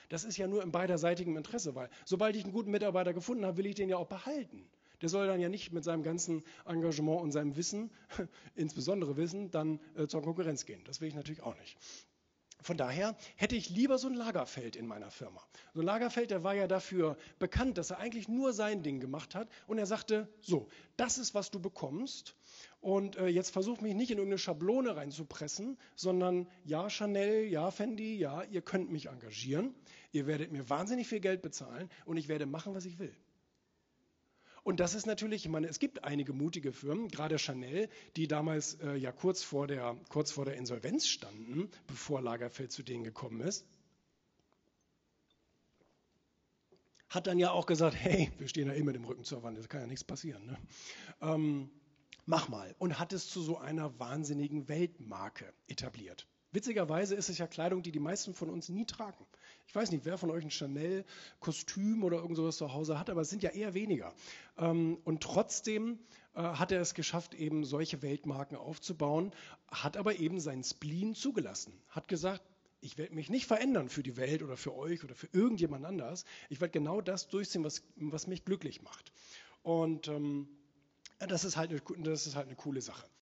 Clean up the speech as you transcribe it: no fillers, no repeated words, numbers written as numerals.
Das ist ja nur im beiderseitigem Interesse, weil sobald ich einen guten Mitarbeiter gefunden habe, will ich den ja auch behalten. Der soll dann ja nicht mit seinem ganzen Engagement und seinem Wissen, insbesondere Wissen, dann zur Konkurrenz gehen. Das will ich natürlich auch nicht. Von daher hätte ich lieber so ein Lagerfeld in meiner Firma. So ein Lagerfeld, der war ja dafür bekannt, dass er eigentlich nur sein Ding gemacht hat. Und er sagte, so, das ist, was du bekommst. Und jetzt versuch mich nicht in irgendeine Schablone reinzupressen, sondern ja, Chanel, ja, Fendi, ja, ihr könnt mich engagieren. Ihr werdet mir wahnsinnig viel Geld bezahlen und ich werde machen, was ich will. Und das ist natürlich, ich meine, es gibt einige mutige Firmen, gerade Chanel, die damals ja kurz vor der Insolvenz standen, bevor Lagerfeld zu denen gekommen ist, hat dann ja auch gesagt, hey, wir stehen ja eh mit dem Rücken zur Wand, da kann ja nichts passieren. Ne? Mach mal. Und hat es zu so einer wahnsinnigen Weltmarke etabliert. Witzigerweise ist es ja Kleidung, die die meisten von uns nie tragen. Ich weiß nicht, wer von euch ein Chanel-Kostüm oder irgend sowas zu Hause hat, aber es sind ja eher weniger. Und trotzdem hat er es geschafft, eben solche Weltmarken aufzubauen, hat aber eben seinen Spleen zugelassen. Hat gesagt, ich werde mich nicht verändern für die Welt oder für euch oder für irgendjemand anders. Ich werde genau das durchziehen, was mich glücklich macht. Und das ist halt eine coole Sache.